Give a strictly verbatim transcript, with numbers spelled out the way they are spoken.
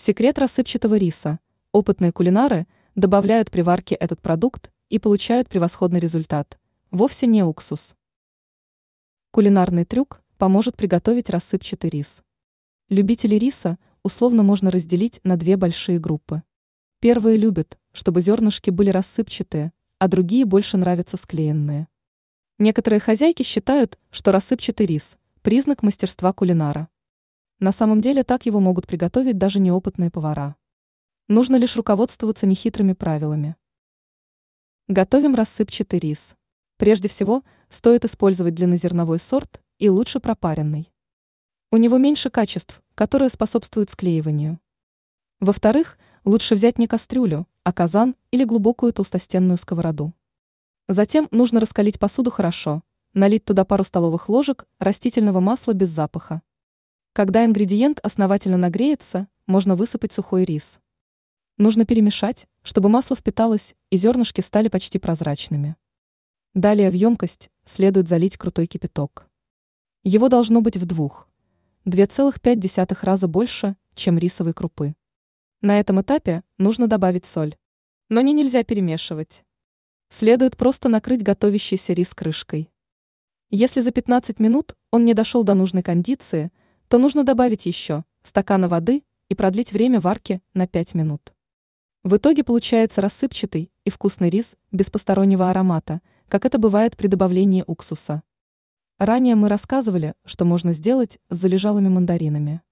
Секрет рассыпчатого риса. Опытные кулинары добавляют при варке этот продукт и получают превосходный результат. Вовсе не уксус. Кулинарный трюк поможет приготовить рассыпчатый рис. Любители риса условно можно разделить на две большие группы. Первые любят, чтобы зернышки были рассыпчатые, а другие больше нравятся склеенные. Некоторые хозяйки считают, что рассыпчатый рис – признак мастерства кулинара. На самом деле так его могут приготовить даже неопытные повара. Нужно лишь руководствоваться нехитрыми правилами. Готовим рассыпчатый рис. Прежде всего, стоит использовать длиннозерновой сорт и лучше пропаренный. У него меньше качеств, которые способствуют склеиванию. Во-вторых, лучше взять не кастрюлю, а казан или глубокую толстостенную сковороду. Затем нужно раскалить посуду хорошо, налить туда пару столовых ложек растительного масла без запаха. Когда ингредиент основательно нагреется, можно высыпать сухой рис. Нужно перемешать, чтобы масло впиталось и зернышки стали почти прозрачными. Далее в емкость следует залить крутой кипяток. Его должно быть в двух — два целых пять десятых раза больше, чем рисовой крупы. На этом этапе нужно добавить соль. Но не нельзя перемешивать. Следует просто накрыть готовящийся рис крышкой. Если за пятнадцать минут он не дошел до нужной кондиции, то нужно добавить еще стакана воды и продлить время варки на пять минут. В итоге получается рассыпчатый и вкусный рис без постороннего аромата, как это бывает при добавлении уксуса. Ранее мы рассказывали, что можно сделать с залежалыми мандаринами.